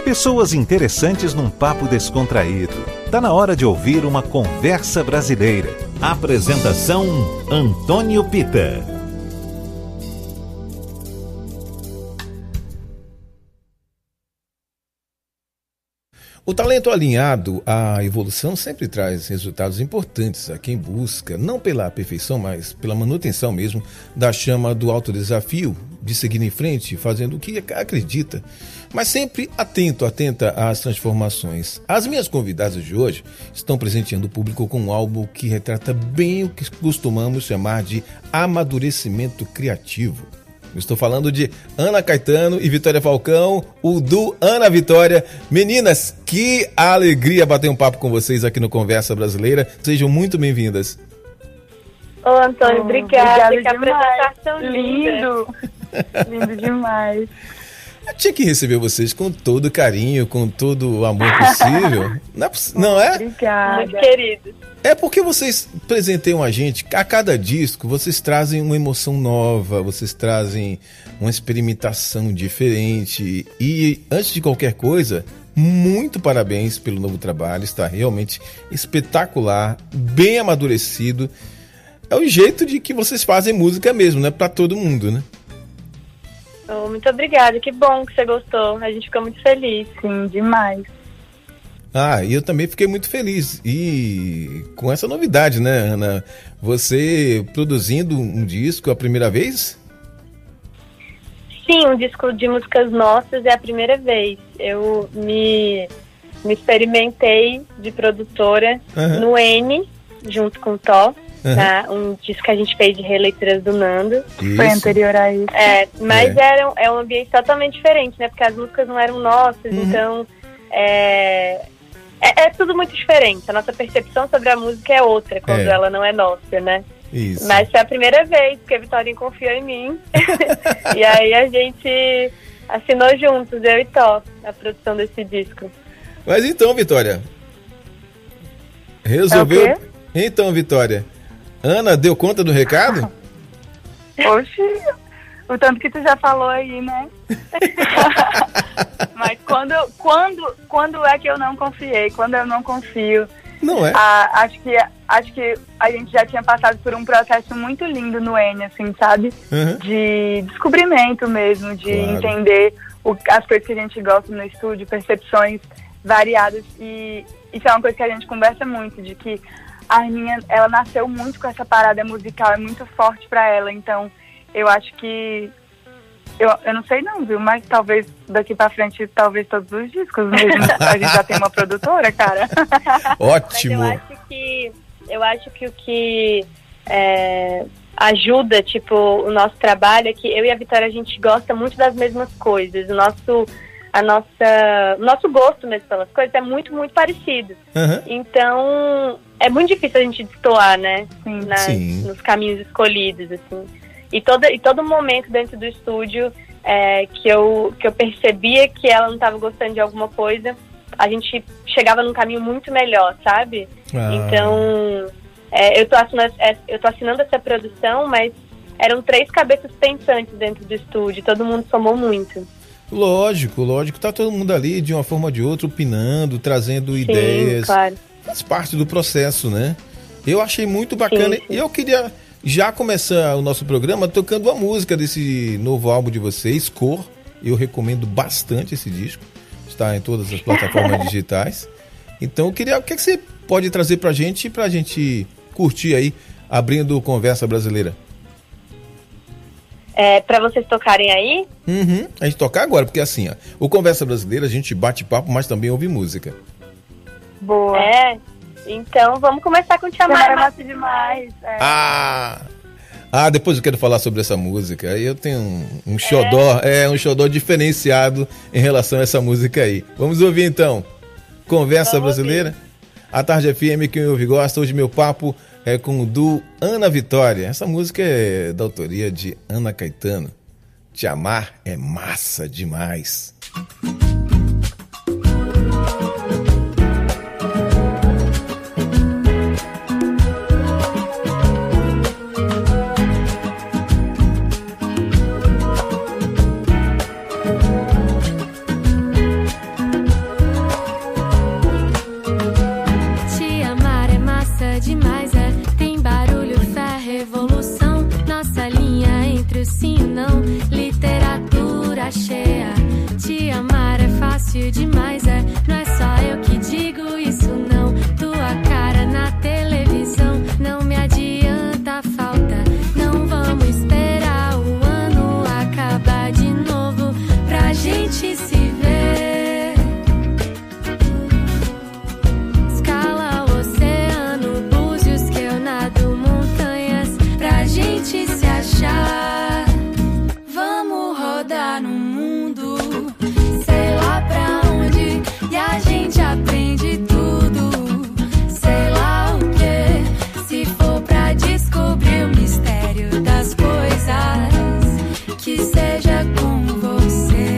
Pessoas interessantes num papo descontraído. Tá na hora de ouvir uma conversa brasileira. Apresentação: Antônio Pita. O talento alinhado à evolução sempre traz resultados importantes a quem busca, não pela perfeição, mas pela manutenção mesmo da chama do autodesafio, de seguir em frente, fazendo o que acredita, mas sempre atenta às transformações. As minhas convidadas de hoje estão presenteando o público com um álbum que retrata bem o que costumamos chamar de amadurecimento criativo. Eu estou falando de Ana Caetano e Vitória Falcão, o duo Ana Vitória. Meninas, que alegria bater um papo com vocês aqui no Conversa Brasileira. Sejam muito bem-vindas. Ô, Antônio, obrigada. Que apresentação lindo. Lindo demais. Eu tinha que receber vocês com todo carinho, com todo o amor possível. Não é? Obrigada. Muito queridos. É porque vocês presenteiam a gente, a cada disco vocês trazem uma emoção nova, vocês trazem uma experimentação diferente. E antes de qualquer coisa, muito parabéns pelo novo trabalho, está realmente espetacular, bem amadurecido. É o jeito de que vocês fazem música mesmo, né? Pra todo mundo, né? Oh, muito obrigada, que bom que você gostou, a gente ficou muito feliz. Sim, demais. Ah, e eu também fiquei muito feliz. E com essa novidade, né, Ana? Você produzindo um disco a primeira vez? Sim, um disco de músicas nossas é a primeira vez. Eu me experimentei de produtora no N, junto com o Tó. Tá? Um disco que a gente fez de releituras do Nando. Isso. Foi anterior a isso. Mas é um ambiente totalmente diferente, né? Porque as músicas não eram nossas, então é tudo muito diferente. A nossa percepção sobre a música é outra quando ela não é nossa, né? Isso. Mas foi a primeira vez que a Vitória confiou em mim. E aí a gente assinou juntos, eu e Tó, a produção desse disco. Mas então, Vitória, resolveu? Então, Vitória, Ana deu conta do recado? Oxi, o tanto que tu já falou aí, né? Mas quando é que eu não confiei? Quando eu não confio? Não é? Acho que a gente já tinha passado por um processo muito lindo no N, assim, sabe? De descobrimento mesmo, de entender as coisas que a gente gosta no estúdio, percepções variadas. E isso é uma coisa que a gente conversa muito, de que a Arminha, ela nasceu muito com essa parada musical, é muito forte pra ela, então eu acho que eu não sei não, viu, mas talvez daqui pra frente, talvez todos os discos mesmo, a gente já tem uma produtora, cara. Ótimo. Mas eu acho que o que ajuda, tipo, o nosso trabalho é que eu e a Vitória, a gente gosta muito das mesmas coisas, o nosso gosto mesmo pelas coisas é muito, muito parecido. Então, é muito difícil a gente destoar, né? Sim. Nos caminhos escolhidos, assim. E todo momento dentro do estúdio que eu percebia que ela não estava gostando de alguma coisa, a gente chegava num caminho muito melhor, sabe? Então, eu tô assinando essa produção, mas eram 3 cabeças pensantes dentro do estúdio, todo mundo somou muito. Lógico, tá todo mundo ali de uma forma ou de outra opinando, trazendo ideias. Claro. Faz parte do processo, né? Eu achei muito bacana. E eu queria já começar o nosso programa tocando a música desse novo álbum de vocês, Cor. Eu recomendo bastante esse disco. Está em todas as plataformas digitais. Então, o que você pode trazer pra gente curtir aí, abrindo Conversa Brasileira? Pra vocês tocarem aí? A gente tocar agora, porque assim, ó, o Conversa Brasileira a gente bate papo, mas também ouve música. Boa. Então vamos começar com Te Amar é Massa Demais. Depois eu quero falar sobre essa música. Aí eu tenho um xodó, um xodó diferenciado em relação a essa música aí. Vamos ouvir então, Conversa Brasileira. A Tarde FM, quem ouve gosta. Hoje meu papo é com o duo Ana Vitória. Essa música é da autoria de Ana Caetano. Te Amar é Massa Demais. fácil demais, não é só eu que digo isso não. Tua cara na televisão não me adianta falta. Não vamos esperar o ano acabar de novo pra gente se ver. Escala o oceano, búzios que eu nado montanhas pra gente se achar. Vamos rodar no mundo, sei lá pra onde, e a gente aprende tudo, sei lá o que, se for pra descobrir o mistério das coisas, que seja com você.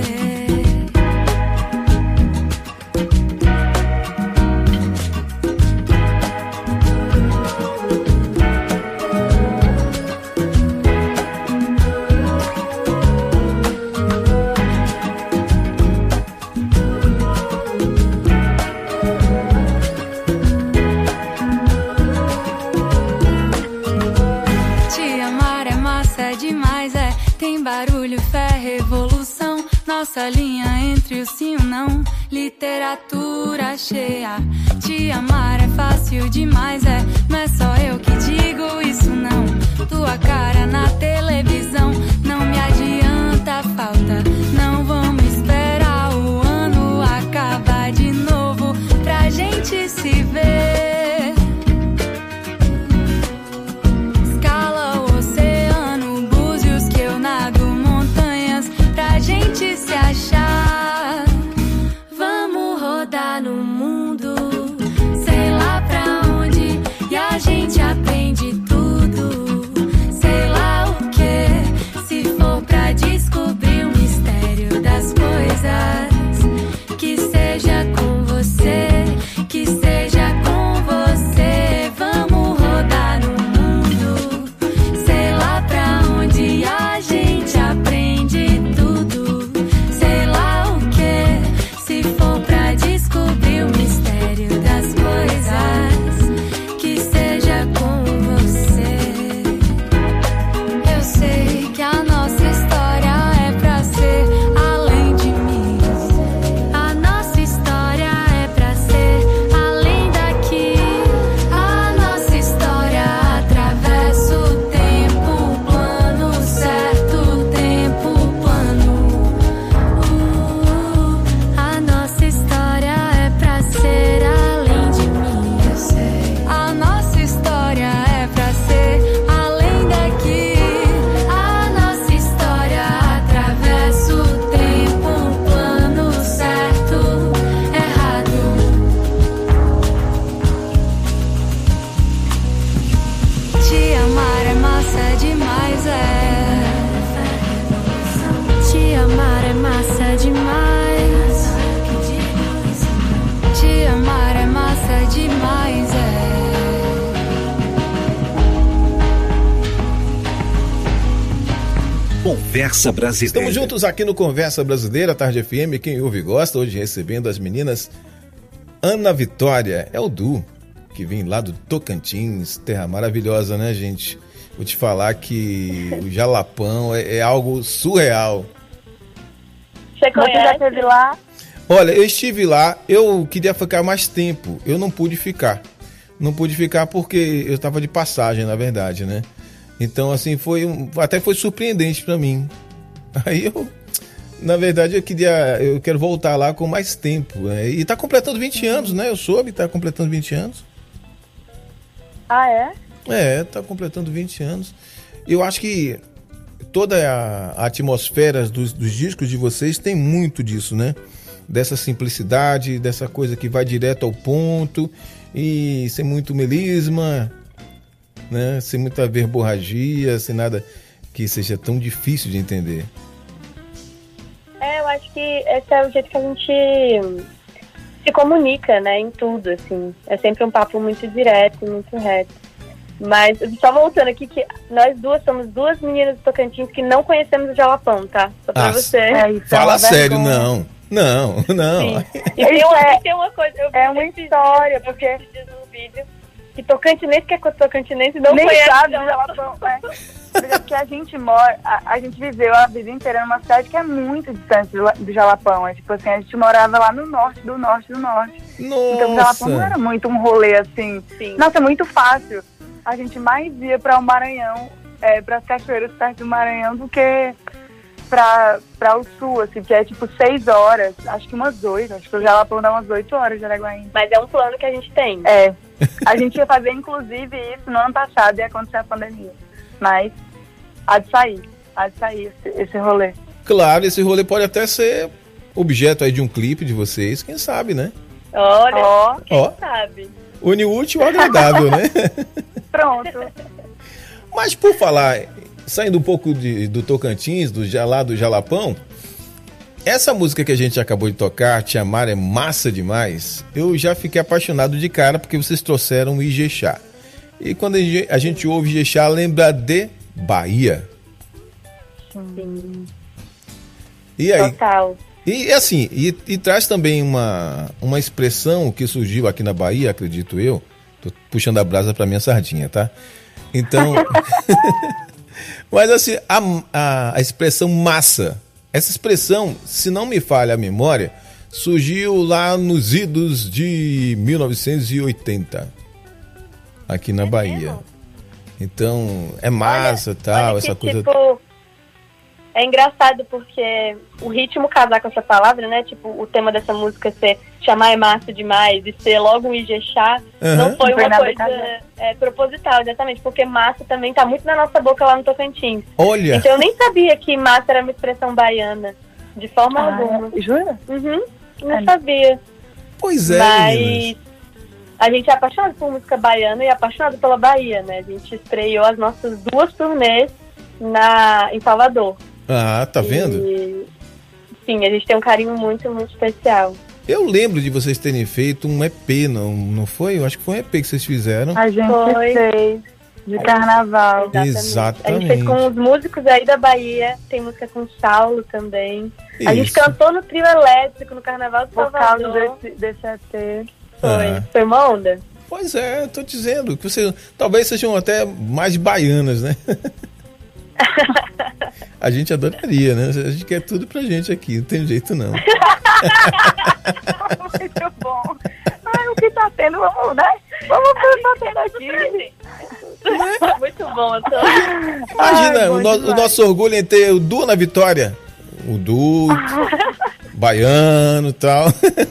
Barulho, fé, revolução, nossa linha entre o sim e o não, literatura cheia. Te amar é fácil demais, não é só eu que digo isso não. Tua cara na televisão não me adianta falta. Não vamos esperar o ano acabar de novo pra gente se ver. Se achar, vamos rodar no mundo, sei lá pra onde, e a gente aprende tudo, sei lá o que, se for pra descobrir o mistério das coisas, que seja com você, que seja com você. Vamos rodar no mundo, sei lá pra onde, e a gente aprende tudo. Descobrir o mistério das coisas, que seja com você. Eu sei que a nossa história é pra ser além de mim. A nossa história é pra ser além daqui. A nossa história atravessa o tempo, o plano certo, o tempo, o plano. A nossa história é pra ser além de mim, eu sei. A nossa história é pra ser além daqui. A nossa história atravessa o tempo, o plano certo, errado. Te amar é massa demais, Te amar é massa demais. Te amar é massa demais, Conversa Brasileira. Estamos juntos aqui no Conversa Brasileira, Tarde FM, quem ouve e gosta, hoje recebendo as meninas Ana Vitória, é o Du, que vem lá do Tocantins, terra maravilhosa, né, gente? Vou te falar que o Jalapão é algo surreal. Você conhece? Você já esteve lá? Olha, eu estive lá, eu queria ficar mais tempo, eu não pude ficar. Não pude ficar porque eu estava de passagem, na verdade, né? Então, assim, até foi surpreendente para mim. Aí eu, na verdade, eu quero voltar lá com mais tempo, né? E tá completando 20 anos, né? Eu soube, tá completando 20 anos. Ah, é? É, tá completando 20 anos. Eu acho que toda a atmosfera dos discos de vocês tem muito disso, né? Dessa simplicidade, dessa coisa que vai direto ao ponto e sem muito melisma, né? Sem muita verborragia, sem nada que seja tão difícil de entender. Eu acho que esse é o jeito que a gente se comunica, né, em tudo, assim. É sempre um papo muito direto, muito reto. Mas, só voltando aqui, que nós duas somos duas meninas do Tocantins que não conhecemos o Jalapão, tá? Só pra você. Fala sério, não. Não. E tem uma coisa... uma história, porque... no vídeo que tocantinense que é tocantinense não conhece sabe o Jalapão, Porque a gente mora, a gente viveu a vida inteira numa cidade que é muito distante do Jalapão. É tipo assim, a gente morava lá no norte do norte do norte. Nossa. Então o Jalapão não era muito um rolê assim. Sim. Nossa, é muito fácil. A gente mais ia para o Maranhão, para as cachoeiras perto do Maranhão, do que para o sul, assim, que é tipo 6 horas, acho que umas 8, acho que o Jalapão dá umas 8 horas de Araguaína. Mas é um plano que a gente tem. É, a gente ia fazer inclusive isso no ano passado e acontecer a pandemia, mas há de sair esse rolê. Claro, esse rolê pode até ser objeto aí de um clipe de vocês, quem sabe, né? Olha, quem sabe? Une o útil ao agradável, né? Pronto. Mas por falar, saindo um pouco do Tocantins, lá do Jalapão, essa música que a gente acabou de tocar, Te Amar é massa demais, eu já fiquei apaixonado de cara porque vocês trouxeram o Ijexá. E quando a gente ouve Ijexá, lembra de Bahia. Sim. E aí? Total. E assim, e traz também uma expressão que surgiu aqui na Bahia, acredito eu. Tô puxando a brasa pra minha sardinha, tá? Então, mas assim, a expressão massa, essa expressão, se não me falha a memória, surgiu lá nos idos de 1980, aqui na Bahia. Então, é massa, olha, tal, olha essa coisa... Tipo, é engraçado porque o ritmo casar com essa palavra, né? Tipo, o tema dessa música ser Te Amar é massa demais e ser logo um Ijexá, não foi uma coisa proposital, exatamente, porque massa também tá muito na nossa boca lá no Tocantins. Olha! Então eu nem sabia que massa era uma expressão baiana, de forma alguma. Jura? Uhum, não sabia. Pois é, mas meninas. a gente é apaixonado por música baiana e apaixonado pela Bahia, né? A gente estreou as nossas 2 turnês em Salvador. Ah, tá vendo? Sim, a gente tem um carinho muito, muito especial. Eu lembro de vocês terem feito um EP, não foi? Eu acho que foi um EP que vocês fizeram. A gente fez de carnaval. Exatamente. A gente fez com os músicos aí da Bahia, tem música com o Saulo também. Isso. A gente cantou no trio elétrico no Carnaval de Salvador. Por causa desse EP. Foi uma onda. Pois é, eu tô dizendo que vocês talvez sejam até mais baianas, né? A gente adoraria, né? A gente quer tudo pra gente aqui, não tem jeito não. Muito bom. Ai, o que tá tendo, vamos, né? Vamos ver o que tá tendo aqui. Muito bom, Antônio. Imagina, o nosso orgulho em ter o Du na vitória. O Du, baiano e tal.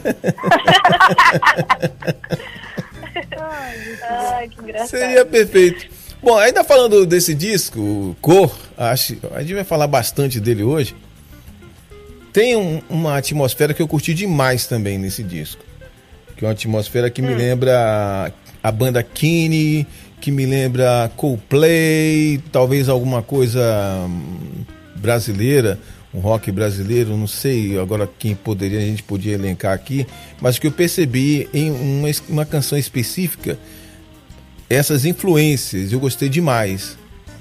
Ai, que engraçado. Seria perfeito. Bom, ainda falando desse disco, Cor, a gente vai falar bastante dele hoje. Tem uma atmosfera que eu curti demais também nesse disco. Que é uma atmosfera que me lembra a banda Kine, que me lembra Coldplay, talvez alguma coisa brasileira, um rock brasileiro, não sei agora quem a gente podia elencar aqui, mas que eu percebi em uma canção específica, essas influências, eu gostei demais.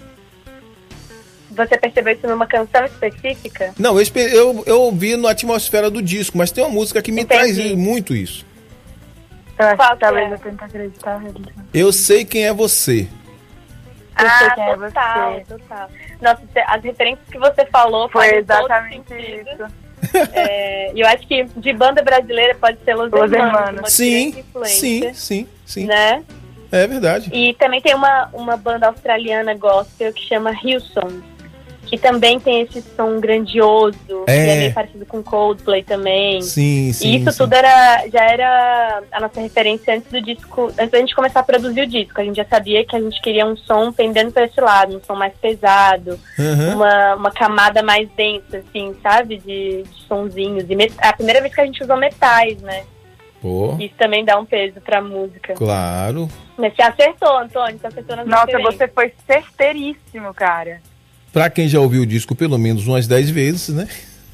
Você percebeu isso numa canção específica? Não, eu ouvi na atmosfera do disco, mas tem uma música que me traz muito isso. Eu acho que talvez eu tente acreditar. Eu sei quem é você. Eu sei quem é você. Total. Nossa, as referências que você falou foi exatamente isso. E eu acho que de banda brasileira pode ser Los Hermanos. Sim. Né? É verdade. E também tem uma banda australiana gospel que chama Hillsong, que também tem esse som grandioso, que é meio parecido com Coldplay também. Sim. E isso tudo já era a nossa referência antes do disco, antes da gente começar a produzir o disco. A gente já sabia que a gente queria um som pendendo para esse lado, um som mais pesado, uma camada mais densa, assim, sabe? De sonzinhos. E é a primeira vez que a gente usou metais, né? Pô. Isso também dá um peso pra música. Claro. Mas você acertou, Antônio, você acertou nas Nossa, você foi certeiríssimo, cara. Pra quem já ouviu o disco pelo menos umas 10 vezes, né?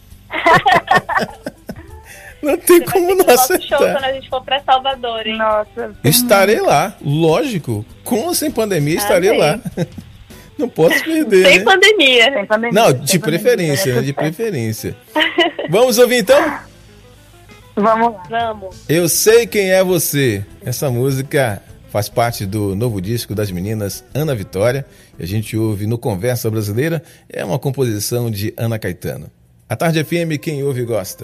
Não tem como não acertar. Show quando a gente for pra Salvador, hein? Nossa. Estarei lá, lógico. Com ou sem pandemia, estarei lá. Não posso perder, Sem pandemia. Sem pandemia. Não, de preferência, né? De preferência. Vamos ouvir então? Vamos lá. Vamos. Eu sei quem é você. Essa música faz parte do novo disco das meninas Ana Vitória, e a gente ouve no Conversa Brasileira, é uma composição de Ana Caetano. A Tarde FM, quem ouve gosta.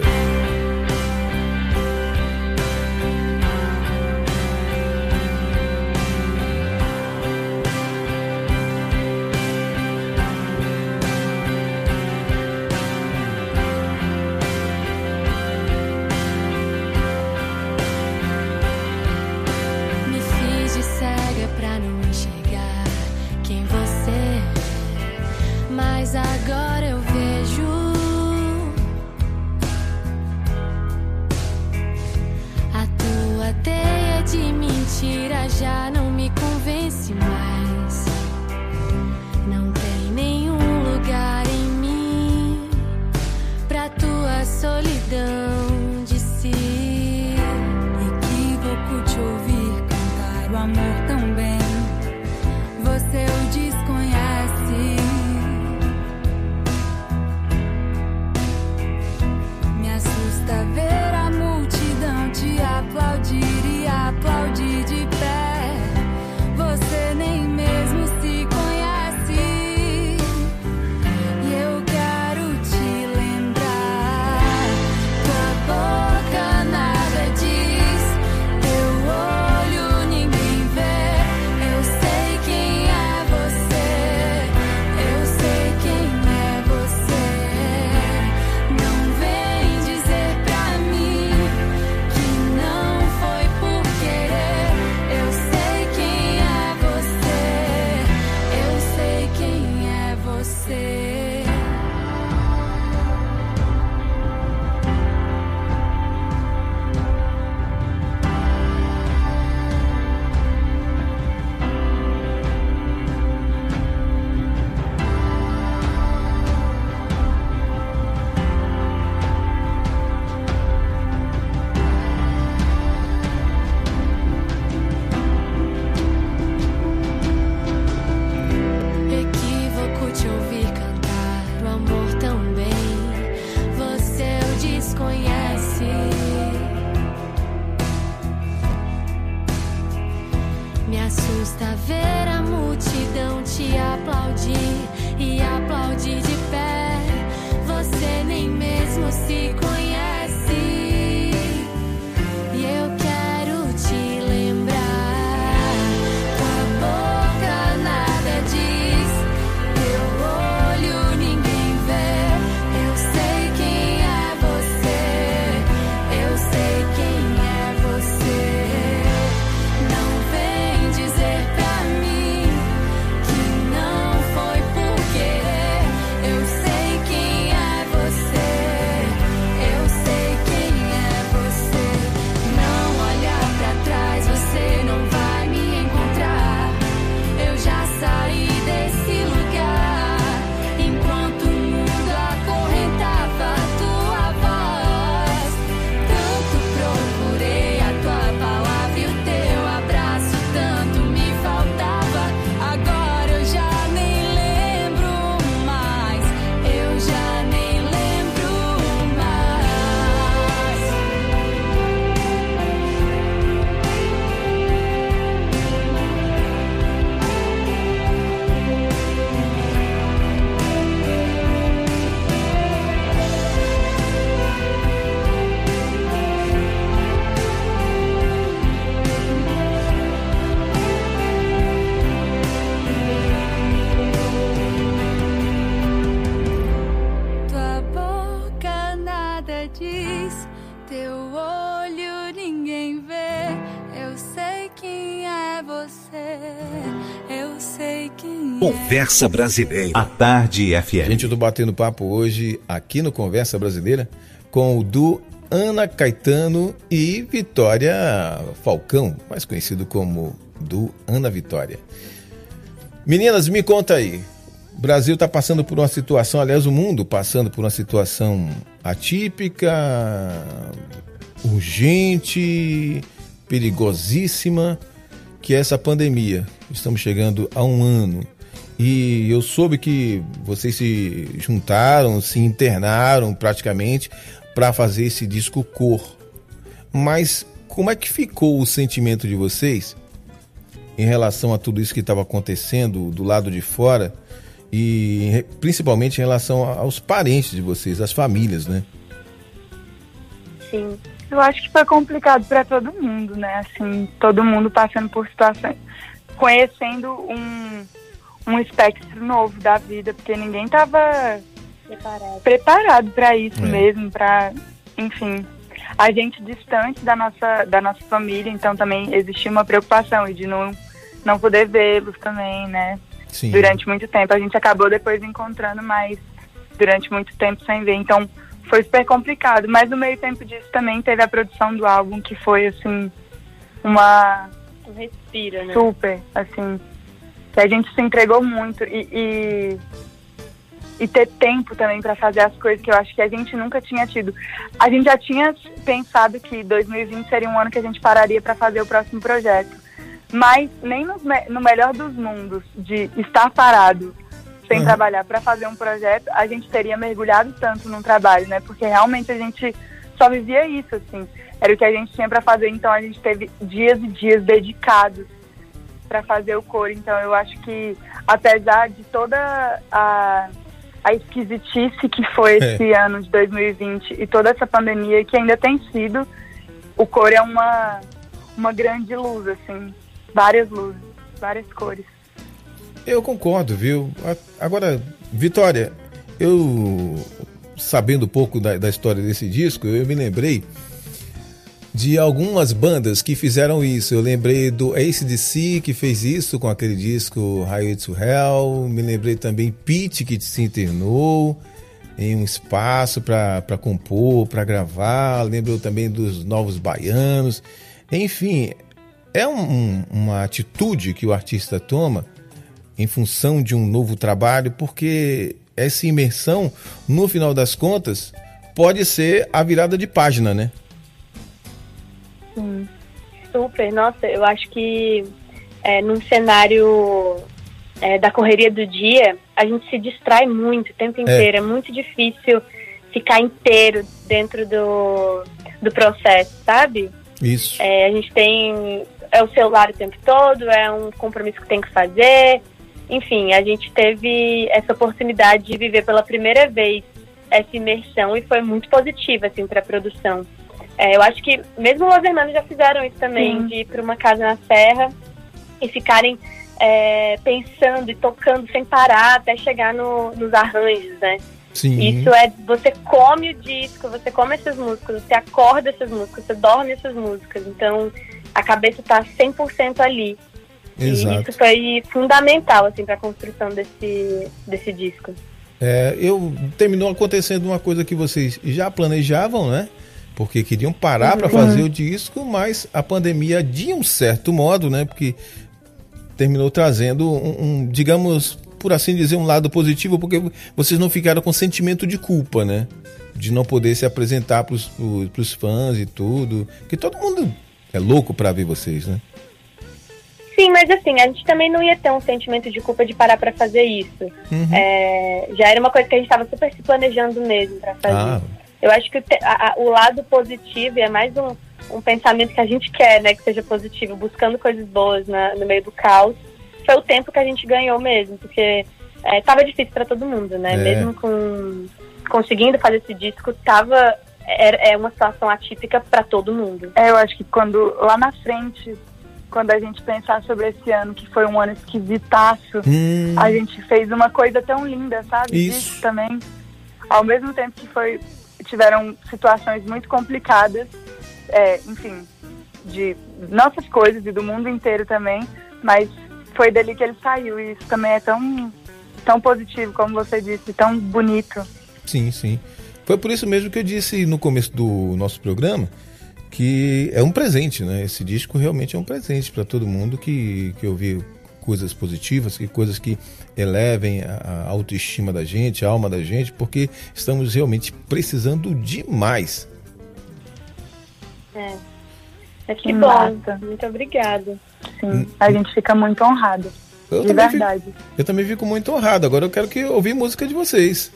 Conversa Brasileira, a Tarde FM. Gente, eu tô batendo papo hoje aqui no Conversa Brasileira com o duo Ana Caetano e Vitória Falcão, mais conhecido como duo Ana Vitória. Meninas, me conta aí. O Brasil está passando por uma situação, aliás, o mundo passando por uma situação atípica, urgente, perigosíssima, que é essa pandemia. Estamos chegando a um ano. E eu soube que vocês se juntaram, se internaram praticamente para fazer esse disco Cor. Mas como é que ficou o sentimento de vocês em relação a tudo isso que estava acontecendo do lado de fora e principalmente em relação aos parentes de vocês, as famílias, né? Sim. Eu acho que foi complicado para todo mundo, né? Assim, todo mundo passando por situações, conhecendo um espectro novo da vida, porque ninguém estava preparado para isso mesmo, para, enfim, a gente distante da nossa família, então também existia uma preocupação de não poder vê-los também, né? Sim. Durante muito tempo. A gente acabou depois encontrando, mas durante muito tempo sem ver, então foi super complicado. Mas no meio tempo disso também teve a produção do álbum, que foi, assim, um respiro, né? Super, assim, que a gente se entregou muito e ter tempo também para fazer as coisas que eu acho que a gente nunca tinha tido. A gente já tinha pensado que 2020 seria um ano que a gente pararia para fazer o próximo projeto, mas nem no melhor dos mundos de estar parado sem trabalhar para fazer um projeto, a gente teria mergulhado tanto num trabalho, né? Porque realmente a gente só vivia isso, assim. Era o que a gente tinha para fazer, então a gente teve dias e dias dedicados para fazer o coro. Então eu acho que, apesar de toda a esquisitice que foi esse ano de 2020 e toda essa pandemia que ainda tem sido, o coro é uma grande luz, assim, várias luzes, várias cores. Eu concordo, viu? Agora, Vitória, eu, sabendo um pouco da história desse disco, eu me lembrei de algumas bandas que fizeram isso. Eu lembrei do AC/DC, que fez isso com aquele disco Highway to Hell. Me lembrei também Pitty, que se internou em um espaço para compor, para gravar. Lembro também dos Novos Baianos. Enfim, é uma atitude que o artista toma em função de um novo trabalho, porque essa imersão, no final das contas, pode ser a virada de página, né? Sim. Super, nossa, eu acho que num cenário da correria do dia, a gente se distrai muito o tempo inteiro, é muito difícil ficar inteiro dentro do processo, sabe? Isso. A gente tem o celular o tempo todo, é um compromisso que tem que fazer. Enfim, a gente teve essa oportunidade de viver pela primeira vez essa imersão e foi muito positiva, assim, para a produção. Eu acho que mesmo os Hermanos já fizeram isso também, de ir para uma casa na serra e ficarem pensando e tocando sem parar até chegar nos arranjos, né? Sim. Isso você come o disco, você come essas músicas, você acorda essas músicas, você dorme essas músicas, então a cabeça está 100% ali. Exato. E isso foi fundamental, assim, para a construção desse disco. Terminou acontecendo uma coisa que vocês já planejavam, né? Porque queriam parar para fazer o disco, mas a pandemia, de um certo modo, né? Porque terminou trazendo digamos, por assim dizer, um lado positivo, porque vocês não ficaram com sentimento de culpa, né? De não poder se apresentar pros fãs e tudo. Porque todo mundo é louco para ver vocês, né? Sim, mas assim, a gente também não ia ter um sentimento de culpa de parar pra fazer isso. Já era uma coisa que a gente estava super se planejando mesmo pra fazer. Eu acho que o lado positivo é mais um pensamento que a gente quer, né, que seja positivo, buscando coisas boas no meio do caos. Foi o tempo que a gente ganhou mesmo, porque tava difícil pra todo mundo, né? Mesmo conseguindo fazer esse disco, é uma situação atípica pra todo mundo. Eu acho que lá na frente, quando a gente pensar sobre esse ano, que foi um ano esquisitaço, a gente fez uma coisa tão linda, sabe? Isso também. Ao mesmo tempo que tiveram situações muito complicadas, enfim, de nossas coisas e do mundo inteiro também, mas foi dali que ele saiu, e isso também é tão positivo, como você disse, tão bonito. Sim, sim. Foi por isso mesmo que eu disse no começo do nosso programa que é um presente, né? Esse disco realmente é um presente para todo mundo que ouviu coisas positivas, e coisas que elevem a autoestima da gente, a alma da gente, porque estamos realmente precisando demais. Que bom. Muito obrigada. Sim, a gente fica muito honrado. De verdade. Eu também fico muito honrado. Agora eu quero ouvir música de vocês.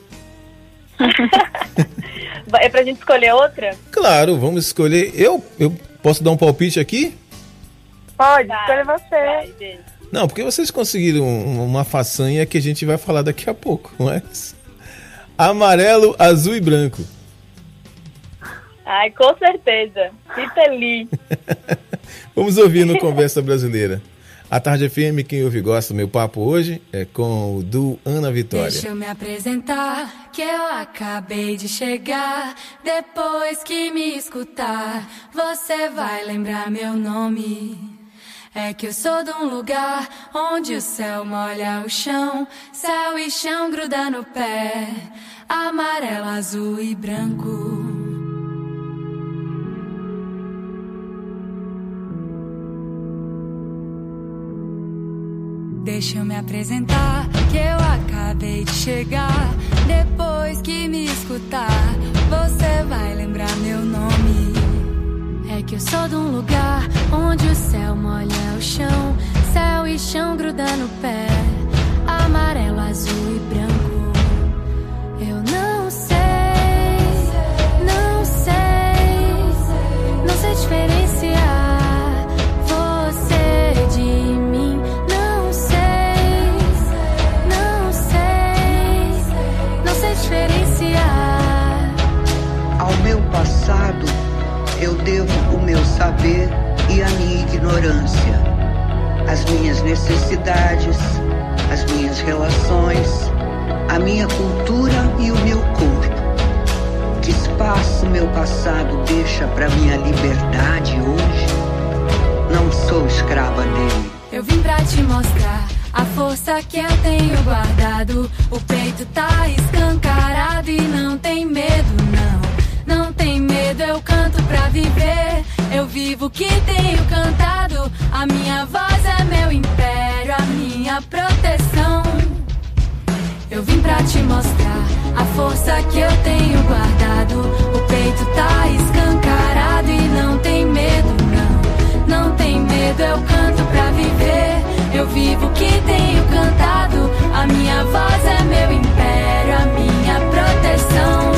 É pra gente escolher outra? Claro, vamos escolher. Eu posso dar um palpite aqui? Pode, escolha você. Não, porque vocês conseguiram uma façanha que a gente vai falar daqui a pouco, mas... Amarelo, azul e branco. Ai, com certeza. Rita Lee. Vamos ouvir no Conversa Brasileira. A Tarde FM, quem ouve gosta. Meu papo hoje é com o duo Ana Vitória. Deixa eu me apresentar, que eu acabei de chegar. Depois que me escutar, você vai lembrar meu nome. É que eu sou de um lugar onde o céu molha o chão, céu e chão gruda no pé, amarelo, azul e branco. Deixa eu me apresentar, que eu acabei de chegar. Depois que me escutar, você vai lembrar meu nome. É que eu sou de um lugar onde o céu molha o chão, céu e chão gruda no pé, amarelo, azul e branco. Eu não sei diferenciar você de mim. Não sei diferenciar. Ao meu passado eu devo o meu saber e a minha ignorância, as minhas necessidades, as minhas relações, a minha cultura e o meu corpo. Que espaço meu passado deixa para minha liberdade hoje? Não sou escrava dele. Eu vim pra te mostrar a força que eu tenho guardado. O peito tá escancarado e não tem medo, não. Não tem medo, eu canto pra viver. Eu vivo o que tenho cantado. A minha voz é meu império, a minha proteção. Eu vim pra te mostrar a força que eu tenho guardado. O peito tá escancarado e não tem medo, não. Não tem medo, eu canto pra viver. Eu vivo o que tenho cantado. A minha voz é meu império, a minha proteção.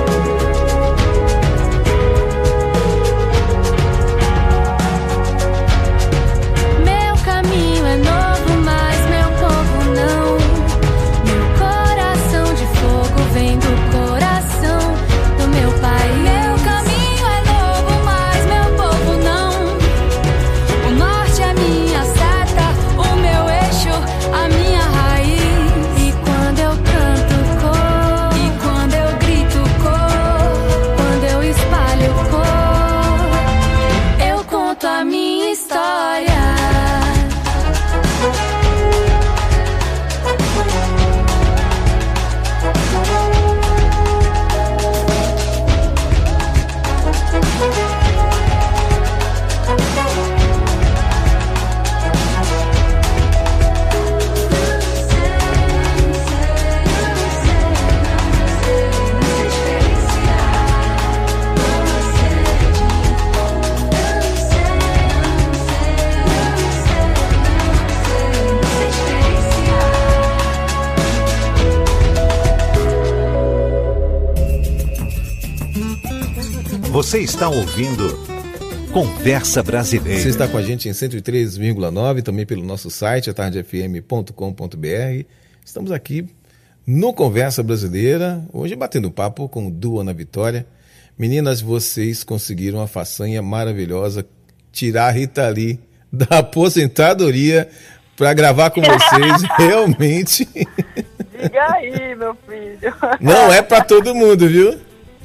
Você está ouvindo Conversa Brasileira. Você está com a gente em 103,9, também pelo nosso site, atardefm.com.br. Estamos aqui no Conversa Brasileira, hoje batendo papo com o duo Ana Vitória. Meninas, vocês conseguiram a façanha maravilhosa, tirar a Rita Lee da aposentadoria para gravar com vocês, realmente. Diga aí, meu filho. Não é para todo mundo, viu?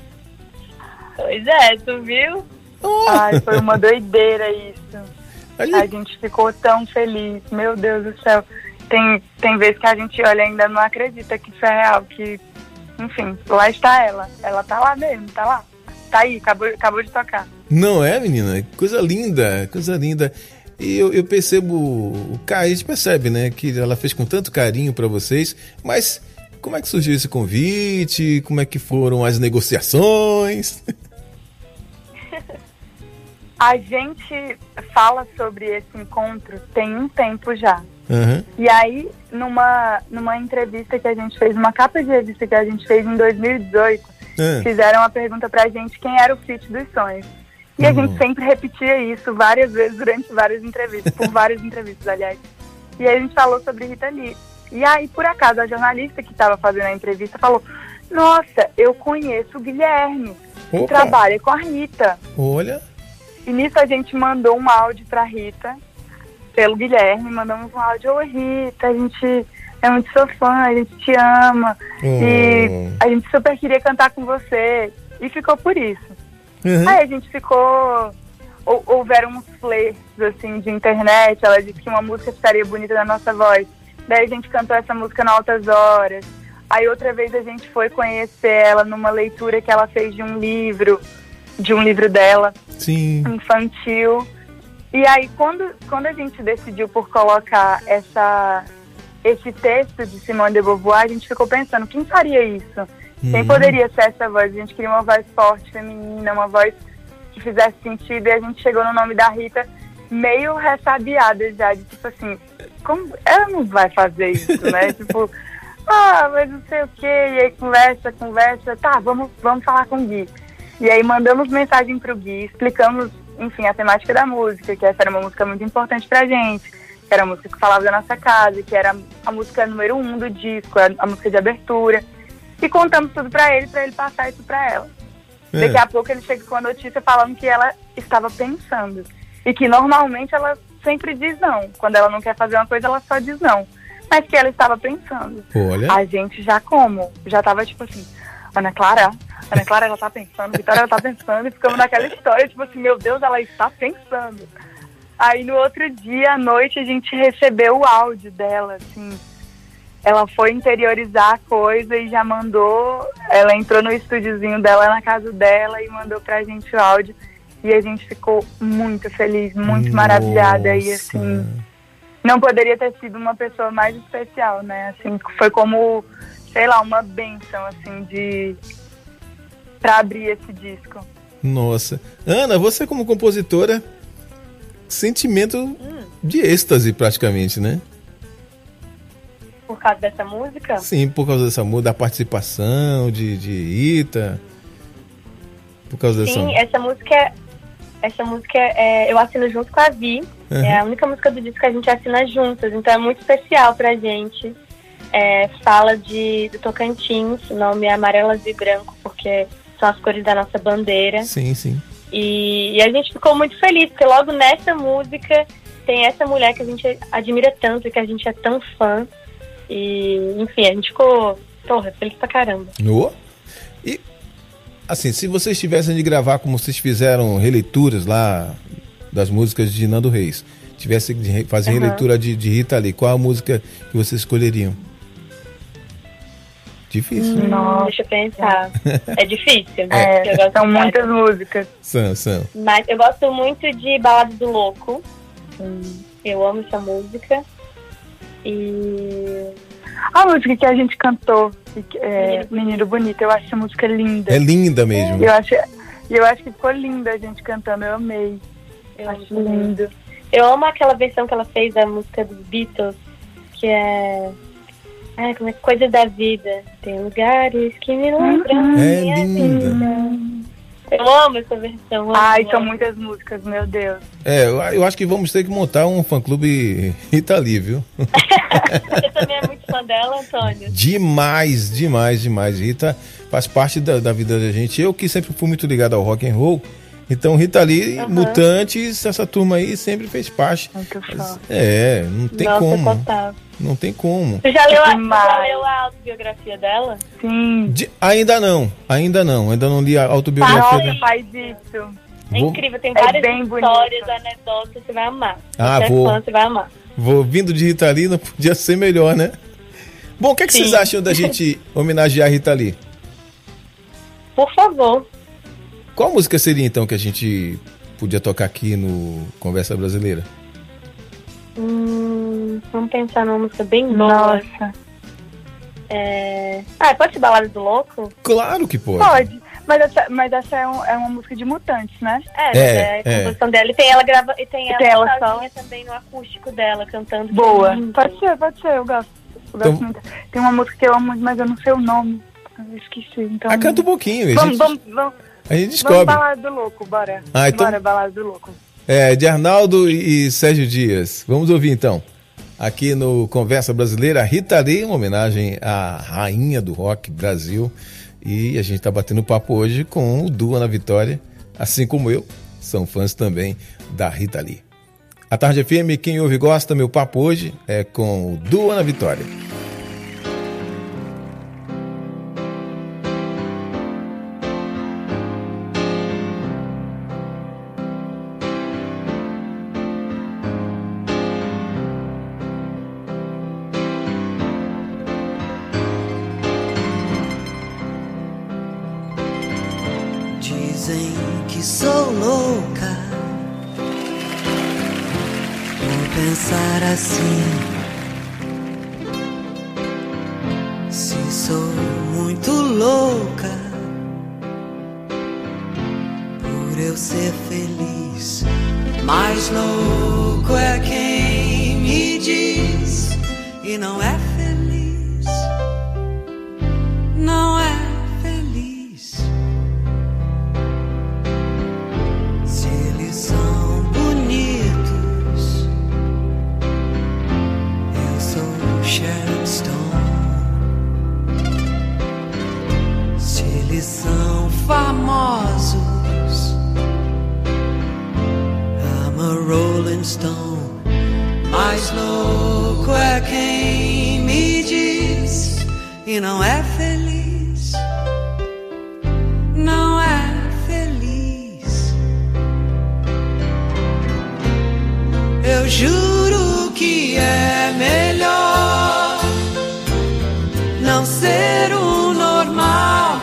Pois é, tu viu? Ai, foi uma doideira isso. A gente ficou tão feliz, meu Deus do céu. Tem vezes que a gente olha e ainda não acredita que isso é real, que, enfim, lá está ela. Ela tá lá mesmo, tá lá. Tá aí, acabou de tocar. Não é, menina? Coisa linda, coisa linda. E eu percebo, a gente percebe, né, que ela fez com tanto carinho para vocês, mas como é que surgiu esse convite? Como é que foram as negociações? A gente fala sobre esse encontro tem um tempo já. Uhum. E aí, numa entrevista que a gente fez, uma capa de revista que a gente fez em 2018, fizeram uma pergunta pra gente quem era o feat dos sonhos. E a gente sempre repetia isso várias vezes durante várias entrevistas, por várias entrevistas, aliás. E aí a gente falou sobre Rita Lee. E aí, por acaso, a jornalista que estava fazendo a entrevista falou: nossa, eu conheço o Guilherme, que trabalha com a Rita. Olha. E nisso a gente mandou um áudio pra Rita, pelo Guilherme, mandamos um áudio: oi Rita, a gente é muito seu fã, a gente te ama, e a gente super queria cantar com você. E ficou por isso. Aí a gente ficou... Houveram uns flertes, assim, de internet. Ela disse que uma música ficaria bonita na nossa voz. Daí a gente cantou essa música na Altas Horas. Aí outra vez a gente foi conhecer ela numa leitura que ela fez de um livro dela. Sim. Infantil. E aí quando a gente decidiu por colocar esse texto de Simone de Beauvoir, a gente ficou pensando: quem faria isso? Quem poderia ser essa voz? A gente queria uma voz forte, feminina, uma voz que fizesse sentido, e a gente chegou no nome da Rita meio ressabiada já, de tipo assim, como ela não vai fazer isso, né? Tipo, mas não sei o quê, e aí conversa, tá, vamos falar com o Gui. E aí mandamos mensagem pro Gui, explicamos, enfim, a temática da música, que essa era uma música muito importante pra gente, que era a música que falava da nossa casa, que era a música número 1 do disco, a música de abertura, e contamos tudo pra ele passar isso pra ela. Daqui a pouco ele chega com a notícia falando que ela estava pensando. E que normalmente ela sempre diz não. Quando ela não quer fazer uma coisa, ela só diz não. Mas que ela estava pensando. Olha. A gente já tava tipo assim: Ana Clara, ela tá pensando, Vitória, ela tá pensando. E ficamos naquela história, tipo assim, meu Deus, ela está pensando. Aí no outro dia, à noite, a gente recebeu o áudio dela, assim. Ela foi interiorizar a coisa e já mandou. Ela entrou no estúdiozinho dela, na casa dela, e mandou pra gente o áudio. E a gente ficou muito feliz, muito maravilhada. E assim, não poderia ter sido uma pessoa mais especial, né? Assim, foi como, sei lá, uma bênção, assim, pra abrir esse disco. Nossa. Ana, você como compositora, sentimento de êxtase praticamente, né? Por causa dessa música? Sim, por causa dessa música, da participação de Rita. Por causa dessa... Sim, essa música eu assino junto com a Vi. É a única música do disco que a gente assina juntas, então é muito especial pra gente. Fala do Tocantins, o nome é Amarelo, Azul e Branco, porque são as cores da nossa bandeira. Sim, sim. E a gente ficou muito feliz, porque logo nessa música tem essa mulher que a gente admira tanto, que a gente é tão fã. E, enfim, a gente ficou, feliz pra caramba. E, assim, se vocês tivessem de gravar como vocês fizeram releituras lá das músicas de Nando Reis, tivessem de fazer releitura de Rita Lee, qual a música que vocês escolheriam? Difícil. Nossa, deixa eu pensar. É difícil, né? São muitas músicas. São. Mas eu gosto muito de Balada do Louco. Eu amo essa música. E a música que a gente cantou, Menino Bonito, eu acho essa música linda. É linda mesmo. Eu acho que ficou linda a gente cantando, eu amei. Eu acho lindo. Eu amo aquela versão que ela fez da música dos Beatles, que como é Coisas da Vida. Tem lugares que me lembram. É linda. Eu amo essa versão. São muitas músicas, meu Deus. Eu acho que vamos ter que montar um fã-clube Rita Lee, viu? Você também é muito fã dela, Antônio? Demais. Rita faz parte da vida da gente. Eu que sempre fui muito ligado ao rock and roll. Então Rita Lee, Mutantes, essa turma aí sempre fez parte. Não tem como. Total. Não tem como. Você já leu a autobiografia dela? Sim. Ainda não. Ainda não li a autobiografia dela. Faz isso. É incrível, tem várias histórias, anedotas, você vai amar. Você vai amar. Vindo de Rita Lee, não podia ser melhor, né? Bom, o que vocês acham da gente homenagear a Rita Lee? Por favor. Qual música seria, então, que a gente podia tocar aqui no Conversa Brasileira? Vamos pensar numa música bem boa. Nossa. Pode ser Balada do Louco? Claro que pode. Pode. Mas essa é uma música de Mutantes, né? A composição dela. E tem ela sozinha também no acústico dela, cantando. Boa. Pode ser, eu gosto. Muito. Tem uma música que eu amo, mas eu não sei o nome. Eu esqueci. Então... Canta um pouquinho. A gente descobre. Vamos Balada do Louco, bora. Então... Bora, Balada do Louco. De Arnaldo e Sérgio Dias. Vamos ouvir então. Aqui no Conversa Brasileira, Rita Lee, uma homenagem à rainha do rock Brasil. E a gente está batendo papo hoje com o duo Ana Vitória, assim como eu, são fãs também da Rita Lee. A Tarde FM, quem ouve e gosta, meu papo hoje é com o duo Ana Vitória. Dizem que sou louca por pensar assim. Se sou muito louca por eu ser feliz, mais louco é quem me diz e não é feliz, não é. São famosos. I'm a Rolling Stone. Mais louco é quem me diz e não é feliz, não é feliz. Eu juro que é melhor não ser o normal.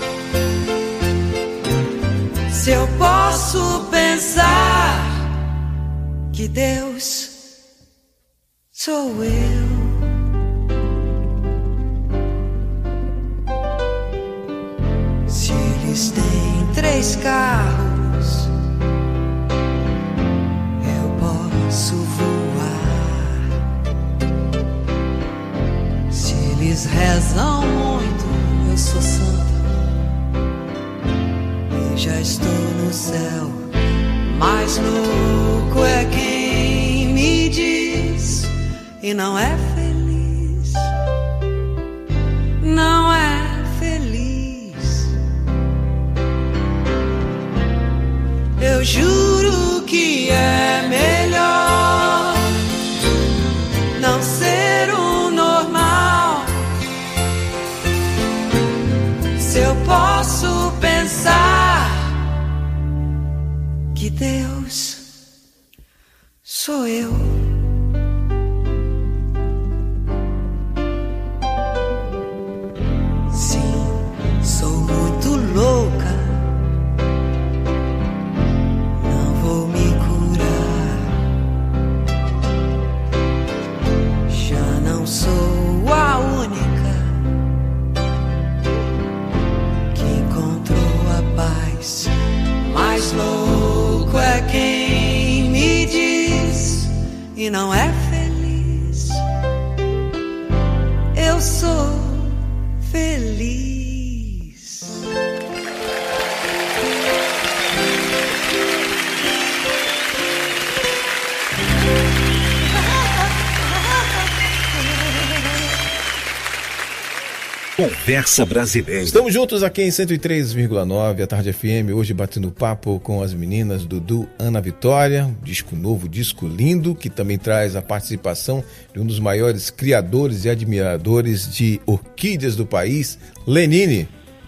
Se eu posso pensar que Deus sou eu, se eles têm 3 carros, eu posso voar. Se eles rezam muito, eu sou santa. Já estou no céu, mais louco é quem me diz e não é feliz, não é feliz. Eu juro que é melhor não ser o normal. Se eu posso pensar que Deus sou eu. Sim, sou muito louca. Não vou me curar. Já não sou a única que encontrou a paz. Mais louco é quem me diz e não é feliz. Eu sou feliz. Conversa Brasileira. Estamos juntos aqui em 103,9, a Tarde FM, hoje batendo papo com as meninas Dudu, Ana Vitória, disco novo, disco lindo, que também traz a participação de um dos maiores criadores e admiradores de orquídeas do país, Lenine.